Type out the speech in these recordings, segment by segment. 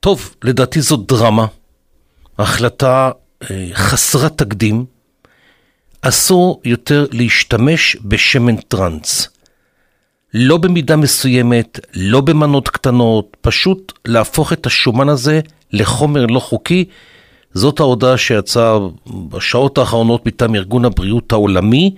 טוב, לדעתי זאת דרמה, החלטה חסרת תקדים, אסור יותר להשתמש בשמן טרנס. לא במידה מסוימת, לא במנות קטנות, פשוט להפוך את השומן הזה לחומר לא חוקי. זאת ההודעה שיצאה בשעות האחרונות מטעם ארגון הבריאות העולמי,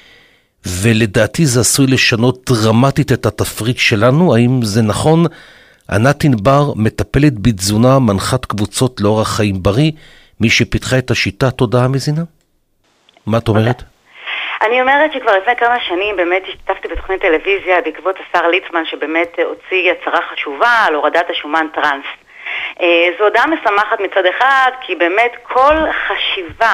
ולדעתי זה עשוי לשנות דרמטית את התפריט שלנו. האם זה נכון? ענת ענבר, מטפלת בתזונה, מנחת קבוצות לאורח חיים בריא, מי שפיתחה את השיטה תודעה המזינה. מה את אומרת? אני אומרת שכבר לפני כמה שנים באמת השתתפתי בתוכנית טלוויזיה בעקבות השר ליצמן, שבאמת הוציא הצהרה חשובה על הורדת השומן טרנס. זו הודעה משמחת מצד אחד, כי באמת כל חשיבה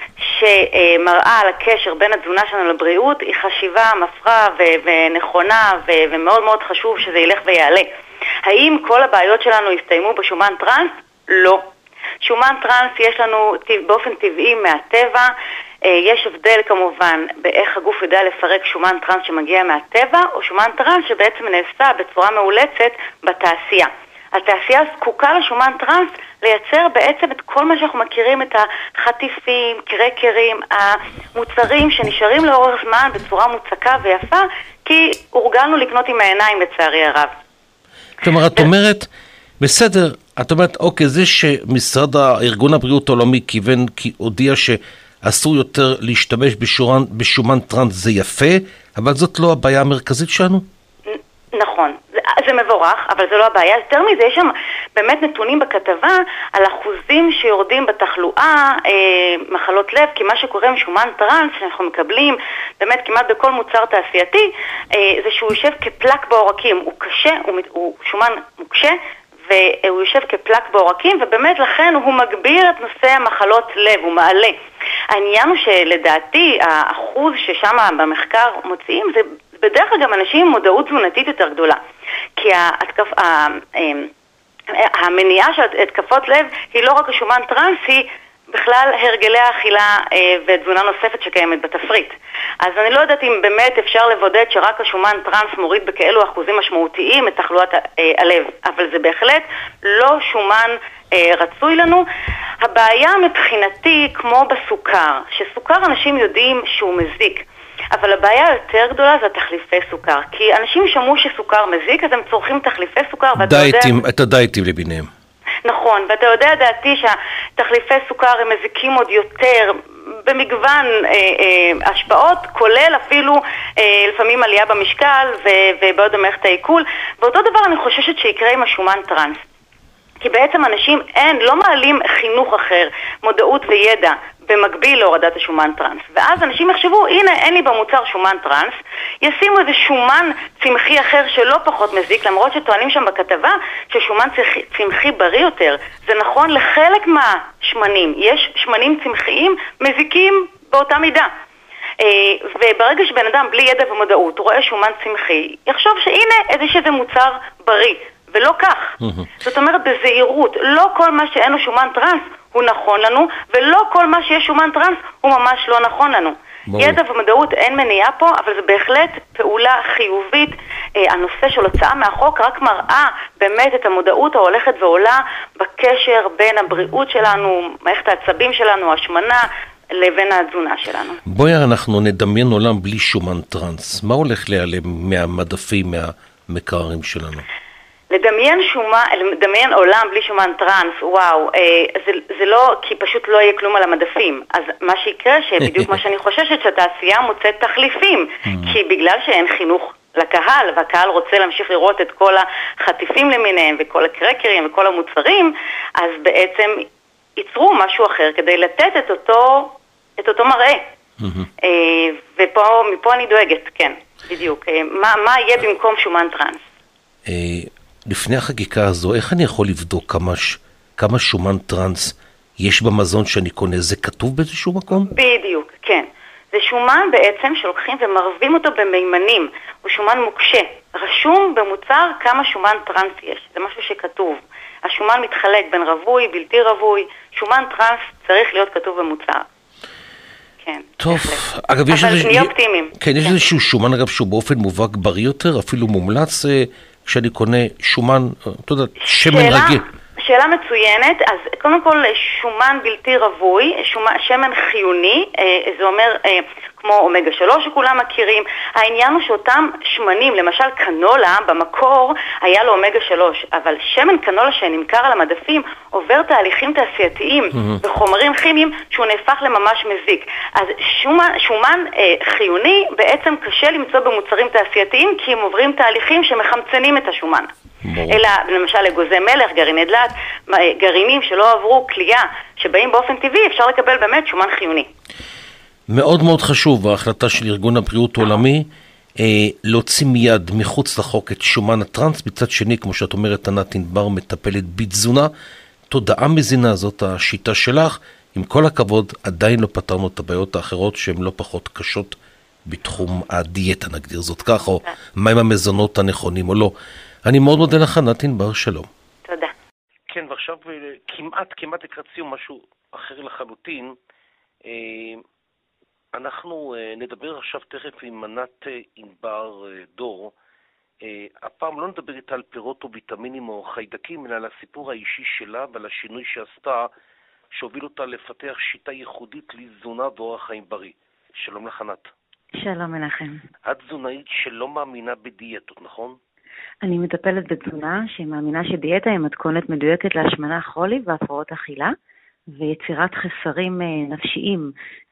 שמראה על הקשר בין התזונה שלנו לבריאות היא חשיבה מפרה ונכונה, ומאוד מאוד חשוב שזה ילך ויעלה. האם כל הבעיות שלנו יסתיימו בשומן טרנס? לא. שומן טרנס יש לנו באופן טבעי מהטבע. יש הבדל כמובן באיך הגוף יודע לפרק שומן טרנס שמגיע מהטבע, או שומן טרנס שבעצם נעשה בצורה מאולצת בתעשייה. התעשייה זקוקה לשומן טרנס לייצר בעצם את כל מה שאנחנו מכירים, את החטיפים, קרקרים, המוצרים שנשארים לאורך זמן בצורה מוצקה ויפה, כי הורגלנו לקנות עם העיניים לצערי הרב. כלומר, את אומרת, בסדר, את אומרת, אוקיי, זה שמשרד הארגון הבריאות העולמי כיוון, כי הודיע שאסור יותר להשתמש בשומן טרנס, זה יפה, אבל זאת לא הבעיה המרכזית שלנו? נכון, זה מבורך, אבל זה לא הבעיה. יותר מזה, יש שם באמת נתונים בכתבה על אחוזים שיורדים בתחלואה, מחלות לב, כי מה שקורה עם שומן טרנס שאנחנו מקבלים באמת כמעט בכל מוצר תעשייתי, זה שהוא יושב כפלק בעורקים. הוא קשה, הוא שומן מוקשה, והוא יושב כפלק בעורקים, ובאמת לכן הוא מגביר את נושא המחלות לב, הוא מעלה. העניין הוא שלדעתי האחוז ששם במחקר מוציאים זה בדרך כלל גם אנשים עם מודעות תזונתית יותר גדולה, כי המניעה של התקפות לב היא לא רק השומן טרנס, היא בכלל הרגלי האכילה ותזונה נוספת שקיימת בתפריט. אז אני לא יודעת אם באמת אפשר לבודד שרק השומן טרנס מוריד בכאלו אחוזים משמעותיים את תחלואת הלב, אבל זה בהחלט לא שומן רצוי לנו. הבעיה מבחינתי כמו בסוכר, שסוכר אנשים יודעים שהוא מזיק, אבל הבעיה היותר גדולה זה תחליפי סוכר, כי אנשים שמעו שסוכר מזיק, אז הם צורכים תחליפי סוכר, את הדייטים לביניהם. נכון, ואתה יודע דעתי שהתחליפי סוכר הם מזיקים עוד יותר במגוון השפעות, כולל אפילו לפעמים עלייה במשקל ובעוד במערכת העיכול, ואותו דבר אני חוששת שיקרה עם השומן טרנס. כי בעצם אנשים לא מעלים חינוך אחר, מודעות וידע במקביל להורדת השומן טרנס. ואז אנשים יחשבו, הנה אין לי במוצר שומן טרנס, ישימו איזה שומן צמחי אחר שלא פחות מזיק, למרות שטוענים שם בכתבה ששומן צמחי בריא יותר. זה נכון לחלק מהשמנים, יש שמנים צמחיים מזיקים באותה מידה. וברגע שבן אדם בלי ידע ומודעות רואה שומן צמחי, יחשוב שהנה איזה מוצר בריא. ולא כך. זאת אומרת, בזהירות, לא כל מה שאין לו שומן טרנס הוא נכון לנו, ולא כל מה שיש שומן טרנס הוא ממש לא נכון לנו. ידע ומודעות אין מניעה פה, אבל זה בהחלט פעולה חיובית. הנושא של הוצאה מהחוק רק מראה באמת את המודעות ההולכת ועולה בקשר בין הבריאות שלנו, מערכת העצבים שלנו, השמנה, לבין התזונה שלנו. בואי אנחנו נדמיין עולם בלי שומן טרנס. מה הולך להיעלם מהמדפים, מהמקררים שלנו? לדמיין עולם בלי שומן טרנס, וואו, זה לא, כי פשוט לא יהיה כלום על המדפים. אז מה שיקרה, שבדיוק מה שאני חוששת, שהתעשייה מוצאת תחליפים, כי בגלל שאין חינוך לקהל, והקהל רוצה להמשיך לראות את כל החטיפים למיניהם, וכל הקרקרים, וכל המוצרים, אז בעצם ייצרו משהו אחר, כדי לתת את אותו מראה. ומפה אני דואגת, כן, בדיוק. מה יהיה במקום שומן טרנס? לפני החקיקה הזו, איך אני יכול לבדוק כמה שומן טרנס יש במזון שאני קונה? זה כתוב באיזשהו מקום? בדיוק, כן. זה שומן בעצם שלוקחים ומרבים אותו במימנים. הוא שומן מוקשה. רשום במוצר כמה שומן טרנס יש. זה משהו שכתוב. השומן מתחלק בין רווי, בלתי רווי. שומן טרנס צריך להיות כתוב במוצר. כן. טוב. אגב, אבל נהיה אופטימיים. כן, יש איזשהו שומן, אגב, שהוא באופן מובהק בריא יותר, אפילו מומלץ כשאני קונה שומן, אתה יודע, שמן רגיל. שאלה מצוינת. אז קודם כל שומן בלתי רווי, שמן חיוני, זה אומר כמו אומגה 3 שכולם מכירים. העניין הוא שאותם שמנים, למשל קנולה, במקור היה לו אומגה 3, אבל שמן קנולה שנמכר על המדפים עובר תהליכים תעשייתיים וחומרים כימיים שהוא נהפך לממש מזיק. אז שומן חיוני בעצם קשה למצוא במוצרים תעשייתיים, כי הם עוברים תהליכים שמחמצנים את השומן. אלא למשל אגוזי מלח, גרעיני דלעת, גרעינים שלא עברו קלייה, שבאים באופן טבעי, אפשר לקבל באמת שומן חיוני. מאוד מאוד חשוב ההחלטה של ארגון הבריאות העולמי להוציא מיד מחוץ לחוק את שומן הטרנס. מצד שני, כמו שאת אומרת, ענת ענבר מטפלת בתזונה, תודעה מזינה, זאת השיטה שלך. עם כל הכבוד, עדיין לא פתרנו את הבעיות האחרות שהן לא פחות קשות בתחום הדיאטה, נגדיר זאת כך, או מהם המזונות הנכונים או לא. אני מאוד מודה לך, ענת ענבר, שלום. תודה. כן, ועכשיו כמעט לקראת סיום משהו אחר לחלוטין. אנחנו נדבר עכשיו תכף עם ענת ענבר דור. הפעם לא נדבר איתה על פירות או ויטמינים או חיידקים, אלא על הסיפור האישי שלה ועל השינוי שעשתה, שהוביל אותה לפתח שיטה ייחודית לתזונה ואורח חיים בריא. שלום לך, ענת. שלום מנחם. את תזונאית שלא מאמינה בדיאטות, נכון? אני מטפלת בתזונה שמאמינה שדיאטה היא מתכונת מדויקת להשמנה כרונית והפרעות אכילה, ויצירת חסרים נפשיים,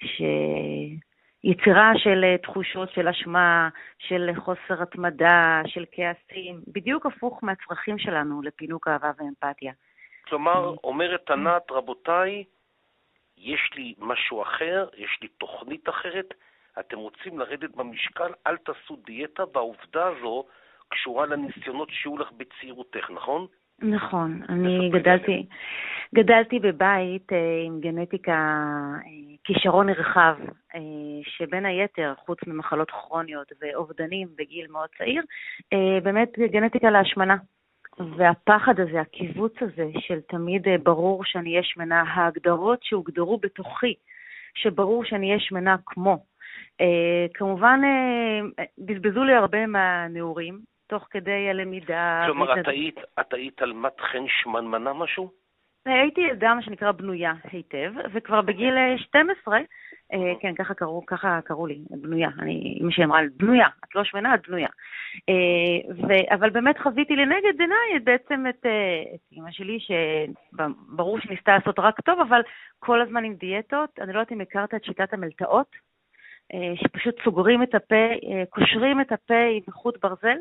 יצירה של תחושות של אשמה, של חוסר התמדה, של כעסים, בדיוק הפוך מהצרכים שלנו לפינוק אהבה ואמפתיה. כלומר, אומרת ענת, רבותיי, יש לי משהו אחר, יש לי תוכנית אחרת, אתם רוצים לרדת במשקל, אל תעשו דיאטה, והעובדה הזו קשורה לניסיונות שיהיו לך בצעירותך, נכון? נכון, אני גדלתי בבית עם גנטיקה, כישרון נרחב, שבין היתר, חוץ ממחלות כרוניות ואובדנים בגיל מאוד צעיר, באמת גנטיקה להשמנה. והפחד הזה, הקיבוץ הזה של תמיד ברור שאני אהיה שמנה, ההגדרות שהוגדרו בתוכי, שברור שאני אהיה שמנה כמו. כמובן, בזבזו לי הרבה מהנעורים, תוך כדי הלמידה. כלומר, את היית על מתחן שמנמנה משהו? הייתי ילדה, מה שנקרא, בנויה היטב, וכבר בגיל 12, כן, ככה קראו לי, בנויה. אמא שלי אמרה, בנויה, את לא שמנה, את בנויה. אבל באמת חוויתי לנגד עיניי בעצם את אמא שלי, שברור שניסתה לעשות רק טוב, אבל כל הזמן עם דיאטות. אני לא יודעת אם הכרת את שיטת המלטאות, שפשוט סוגרים את הפה, קושרים את הפה עם חוט ברזל,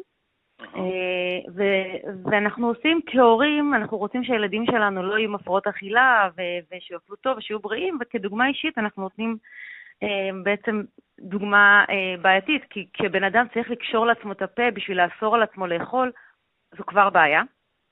ואנחנו עושים כהורים, אנחנו רוצים שהילדים שלנו לא יהיו מפרעות אכילה ושיאכלו טוב ושיהיו בריאים, וכדוגמה אישית אנחנו נותנים בעצם דוגמה בעייתית, כי כשבן אדם צריך לקשור לעצמו את הפה בשביל לאסור על עצמו לאכול, זו כבר בעיה.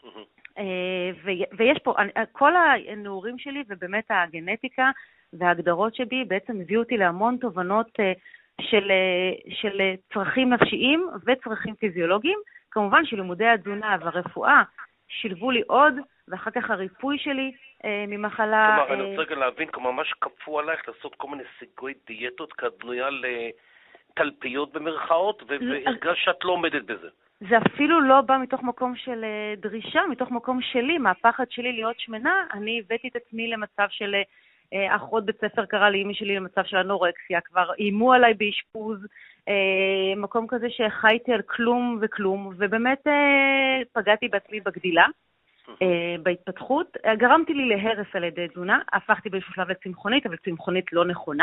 ויש פה, כל הנעורים שלי ובאמת הגנטיקה וההגדרות שבי בעצם הביאו אותי להמון תובנות של צרכים נפשיים וצרכים פיזיולוגיים. כמובן שלימודי התזונה והרפואה שילבו לי עוד, ואחר כך הריפוי שלי ממחלה. כלומר, אני רוצה רגע להבין, כמו ממש כפו עלייך לעשות כל מיני סיגוי דיאטות כבנויה לתלפיות במרכאות, והרגש שאת לא עומדת בזה. זה אפילו לא בא מתוך מקום של דרישה, מתוך מקום שלי, מהפחד שלי להיות שמנה. אני הבאתי את עצמי למצב של אחות בית ספר קרא לאמא שלי למצב של אנורקסיה, כבר אימו עליי באשפוז, מקום כזה שחייתי על כלום וכלום, ובאמת פגעתי בעצמי בגדילה, בהתפתחות. גרמתי לי להרס על ידי תזונה, הפכתי באיזשהו שלב לצמחונית, אבל צמחונית לא נכונה.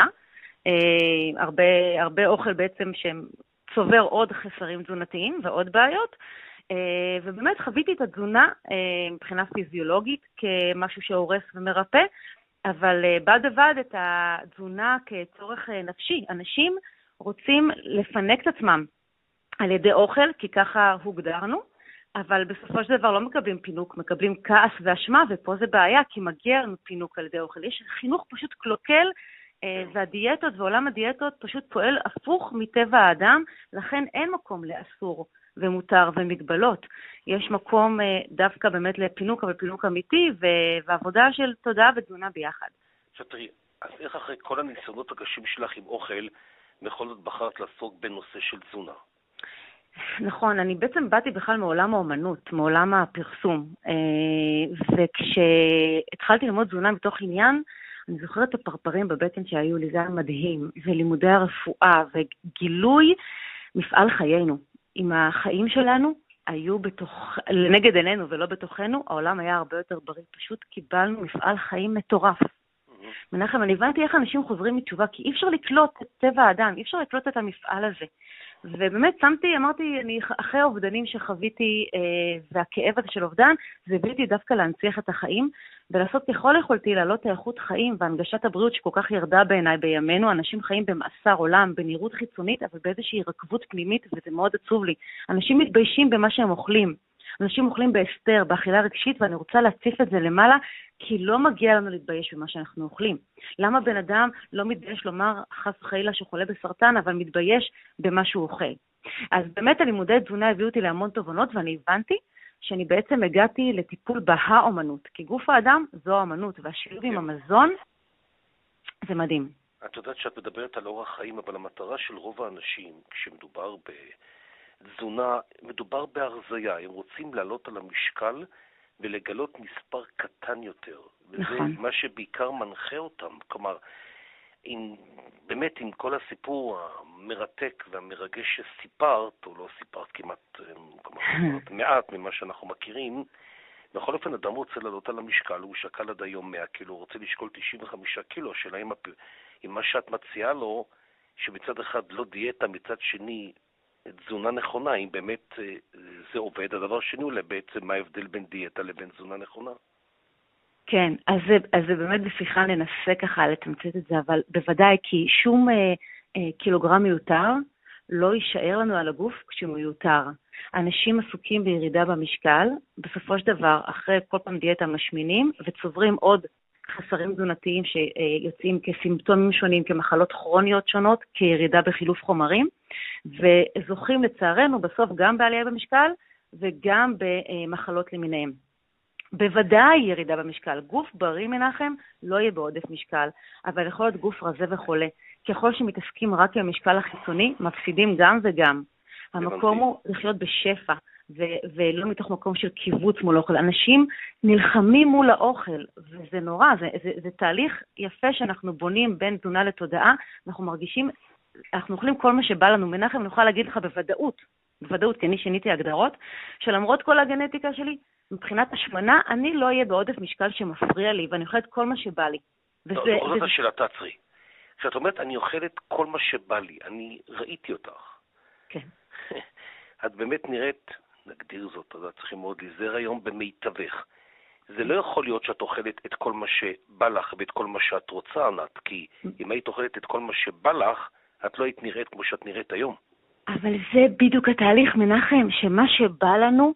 הרבה אוכל בעצם שצובר עוד חסרים תזונתיים ועוד בעיות, ובאמת חוויתי את התזונה מבחינה פיזיולוגית כמשהו שהורס ומרפא, אבל בד בבד את התזונה כצורך נפשי. אנשים רוצים לפנק את עצמם על ידי אוכל, כי ככה הוגדרנו, אבל בסופו של דבר לא מקבלים פינוק, מקבלים כעס ואשמה, ופה זה בעיה, כי מגיע לנו פינוק על ידי אוכל. יש חינוך פשוט קלוקל, והדיאטות ועולם הדיאטות פשוט פועל הפוך מטבע האדם, לכן אין מקום לאסור ומותר ומגבלות. יש מקום דווקא באמת לפינוק, אבל פינוק אמיתי, ועבודה של תודעה ותזונה ביחד. שתראי, אז איך אחרי כל הניסיונות הקשים שלך עם אוכל, בכל זאת בחרת לעסוק בנושא של תזונה? נכון, אני בעצם באתי בכלל מעולם האומנות, מעולם הפרסום, וכשהתחלתי ללמוד תזונה מתוך עניין, אני זוכרת את הפרפרים בבטן שהיו לי, זה היה מדהים, ולימודי הרפואה, וגילוי מפעל חיינו. עם החיים שלנו היו לנגד עינינו ולא בתוכנו, העולם היה הרבה יותר בריא, פשוט קיבלנו מפעל חיים מטורף. מנחם, אני הבנתי איך אנשים חוזרים מתשובה, כי אי אפשר לקלוט את טבע האדם, אי אפשר לקלוט את המפעל הזה. ובאמת אמרתי, אני אחרי האובדנים שחוויתי והכאב הזה של אובדן, זה הבאתי דווקא להנציח את החיים, ולעשות ככל יכולתי להעלות האיכות חיים והנגשת הבריאות שכל כך ירדה בעיניי בימינו. אנשים חיים במאסר עולם, בנראות חיצונית, אבל באיזושהי רכבות פנימית, וזה מאוד עצוב לי. אנשים מתביישים במה שהם אוכלים. אנשים אוכלים בהסתר, באכילה רגשית, ואני רוצה להציף את זה למעלה, כי לא מגיע לנו להתבייש במה שאנחנו אוכלים. למה בן אדם לא מתבייש לומר חס וחלילה שחולה בסרטן, אבל מתבייש במה שהוא אוכל? אז באמת הלימודי תזונה הביאו אותי להמון תובנות, ואני הבנתי שאני בעצם הגעתי לטיפול בהאומנות, כי גוף האדם זו האומנות, והשילוב עם המזון זה מדהים. את יודעת שאת מדברת על אורח חיים, אבל המטרה של רוב האנשים, כשמדובר בתזונה, מדובר בהרזיה. הם רוצים לעלות על המשקל ולגלות מספר קטן יותר. וזה נכון. מה שבעיקר מנחה אותם. כלומר, באמת עם כל הסיפור המרתק והמרגש שסיפרת, או לא סיפרת כמעט, מעט ממה שאנחנו מכירים, בכל אופן אדם רוצה לעלות על המשקל, הוא שקל עד היום 100 קילו, הוא רוצה לשקול 95 קילו, השאלה אם מה שאת מציעה לו, שמצד אחד לא דיאטה, מצד שני תזונה נכונה, אם באמת זה עובד. הדבר שני הוא בעצם מה ההבדל בין דיאטה לבין תזונה נכונה. כן, אז זה באמת בשיחה ננסה ככה לתמצת את זה, אבל בוודאי כי שום קילוגרם מיותר לא יישאר לנו על הגוף כשהוא מיותר. אנשים עסוקים בירידה במשקל, בסופו של דבר אחרי כל פעם דיאטה משמינים וצוברים עוד חסרים תזונתיים שיוצאים כסימפטומים שונים, כמחלות כרוניות שונות, כירידה בחילוף חומרים, וזוכים לצערנו בסוף גם בעלייה במשקל וגם במחלות למיניהם. בוודאי ירידה במשקל. גוף בריא מנחם לא יהיה בעודף משקל, אבל יכול להיות גוף רזה וחולה. ככל שמתעסקים רק עם המשקל החיצוני, מפסידים גם וגם. המקום הוא לחיות בשפע, ולא מתוך מקום של קיבוץ מול אוכל. אנשים נלחמים מול האוכל, וזה נורא, זה תהליך יפה שאנחנו בונים בין תזונה לתודעה, אנחנו מרגישים, אנחנו אוכלים כל מה שבא לנו. מנחם, נוכל להגיד לך בוודאות, כי אני שיניתי הגדרות, שלמרות כל הגנטיקה שלי, מבחינת השמנה, אני לא אהיה בעודף משקל שמפריע לי, ואני אוכלת כל מה שבא לי. זאת השאלה, תעצרי. כשאת אומרת, אני אוכלת כל מה שבא לי, אני ראיתי אותך. כן. את באמת נראית, נגדיר זאת, אז צריכים מאוד להיזהר היום במיטבך. זה לא יכול להיות שאת אוכלת את כל מה שבא לך ואת כל מה שאת רוצה, ענת, כי אם היית אוכלת את כל מה שבא לך, את לא היית נראית כמו שאת נראית היום. אבל זה בדיוק התהליך, מנחם, שמה שבא לנו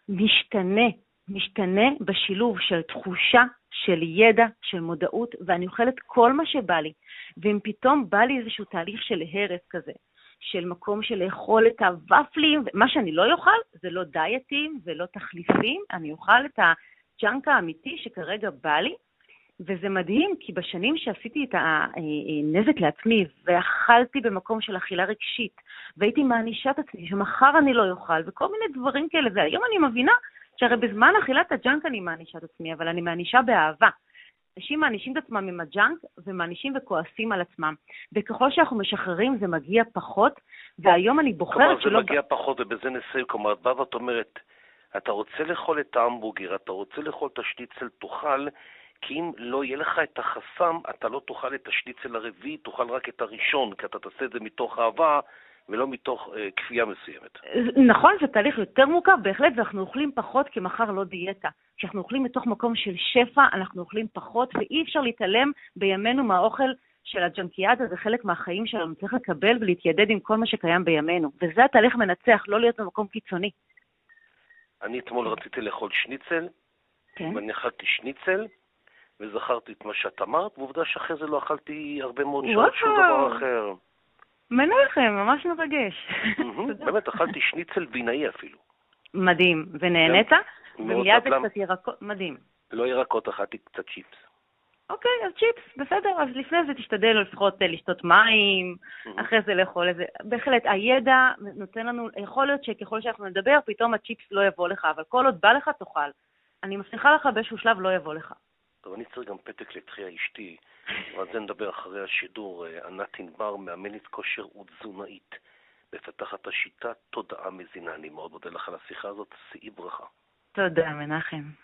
משתנה בשילוב של תחושה, של ידע, של מודעות, ואני אוכלת כל מה שבא לי. ואם פתאום בא לי איזשהו תהליך של הרס כזה, של מקום של לאכול את הוואפלים, מה שאני לא יאכל זה לא דייטים ולא תחליפים, אני אוכל את הג'אנק האמיתי שכרגע בא לי, וזה מדהים כי בשנים שעשיתי את הנזק לעצמי ואכלתי במקום של אכילה רגשית, והייתי מענישה את עצמי שמחר אני לא יאכל וכל מיני דברים כאלה, והיום אני מבינה שהרי בזמן אכילת הג'אנק אני מענישה את עצמי, אבל אני מענישה באהבה. אנשים מענישים את עצמם עם הג'אנק ומענישים וכועסים על עצמם. וככל שאנחנו משחררים זה מגיע פחות, והיום אני בוחרת שלא... כלומר זה מגיע פחות ובזה נסיים, כלומר את באה ואת אומרת, אתה רוצה לאכול את ההמבורגר, אתה רוצה לאכול את השניצל, תאכל, כי אם לא יהיה לך את החסם, אתה לא תאכל את השניצל הרביעי, תאכל רק את הראשון, כי אתה תעשה את זה מתוך אהבה, ולא מתוך כפייה מסוימת. נכון, זה תהליך יותר מורכב, בהחלט, ואנחנו אוכלים פחות כי מחר לא דיאטה. כשאנחנו אוכלים מתוך מקום של שפע, אנחנו אוכלים פחות, ואי אפשר להתעלם בימינו מהאוכל של הג'נקיאדה, זה חלק מהחיים שלנו, צריך לקבל ולהתיידד עם כל מה שקיים בימינו. וזה התהליך מנצח, לא להיות במקום קיצוני. אני אתמול רציתי לאכול שניצל, כן. ואני אכלתי שניצל, וזכרתי את מה שאת אמרת, ועובדה שאחרי זה לא אכלתי הרבה מאוד שעות שום דבר אחר. מנחם, ממש מרגש. באמת, אכלתי שניצל בינאי אפילו. מדהים, ונהנית? ומיד זה קצת ירקות, מדהים. לא ירקות, אכלתי קצת צ'יפס. אוקיי, אז צ'יפס, בסדר, אז לפני זה תשתדל לפחות לשתות מים, אחרי זה לאכול איזה, בהחלט, הידע נותן לנו, יכול להיות שככל שאנחנו נדבר, פתאום הצ'יפס לא יבוא לך, אבל כל עוד בא לך תאכל. אני מבטיחה לך באיזשהו שלב לא יבוא לך. טוב, אני צריך גם פתק לתחייה אשתי, ועל זה נדבר אחרי השידור. ענת ענבר, מאמנת כושר ותזונאית, בפתחת השיטה תודעה מזינה. אני מאוד מודה לך על השיחה הזאת, שאי ברכה. תודה, מנחם.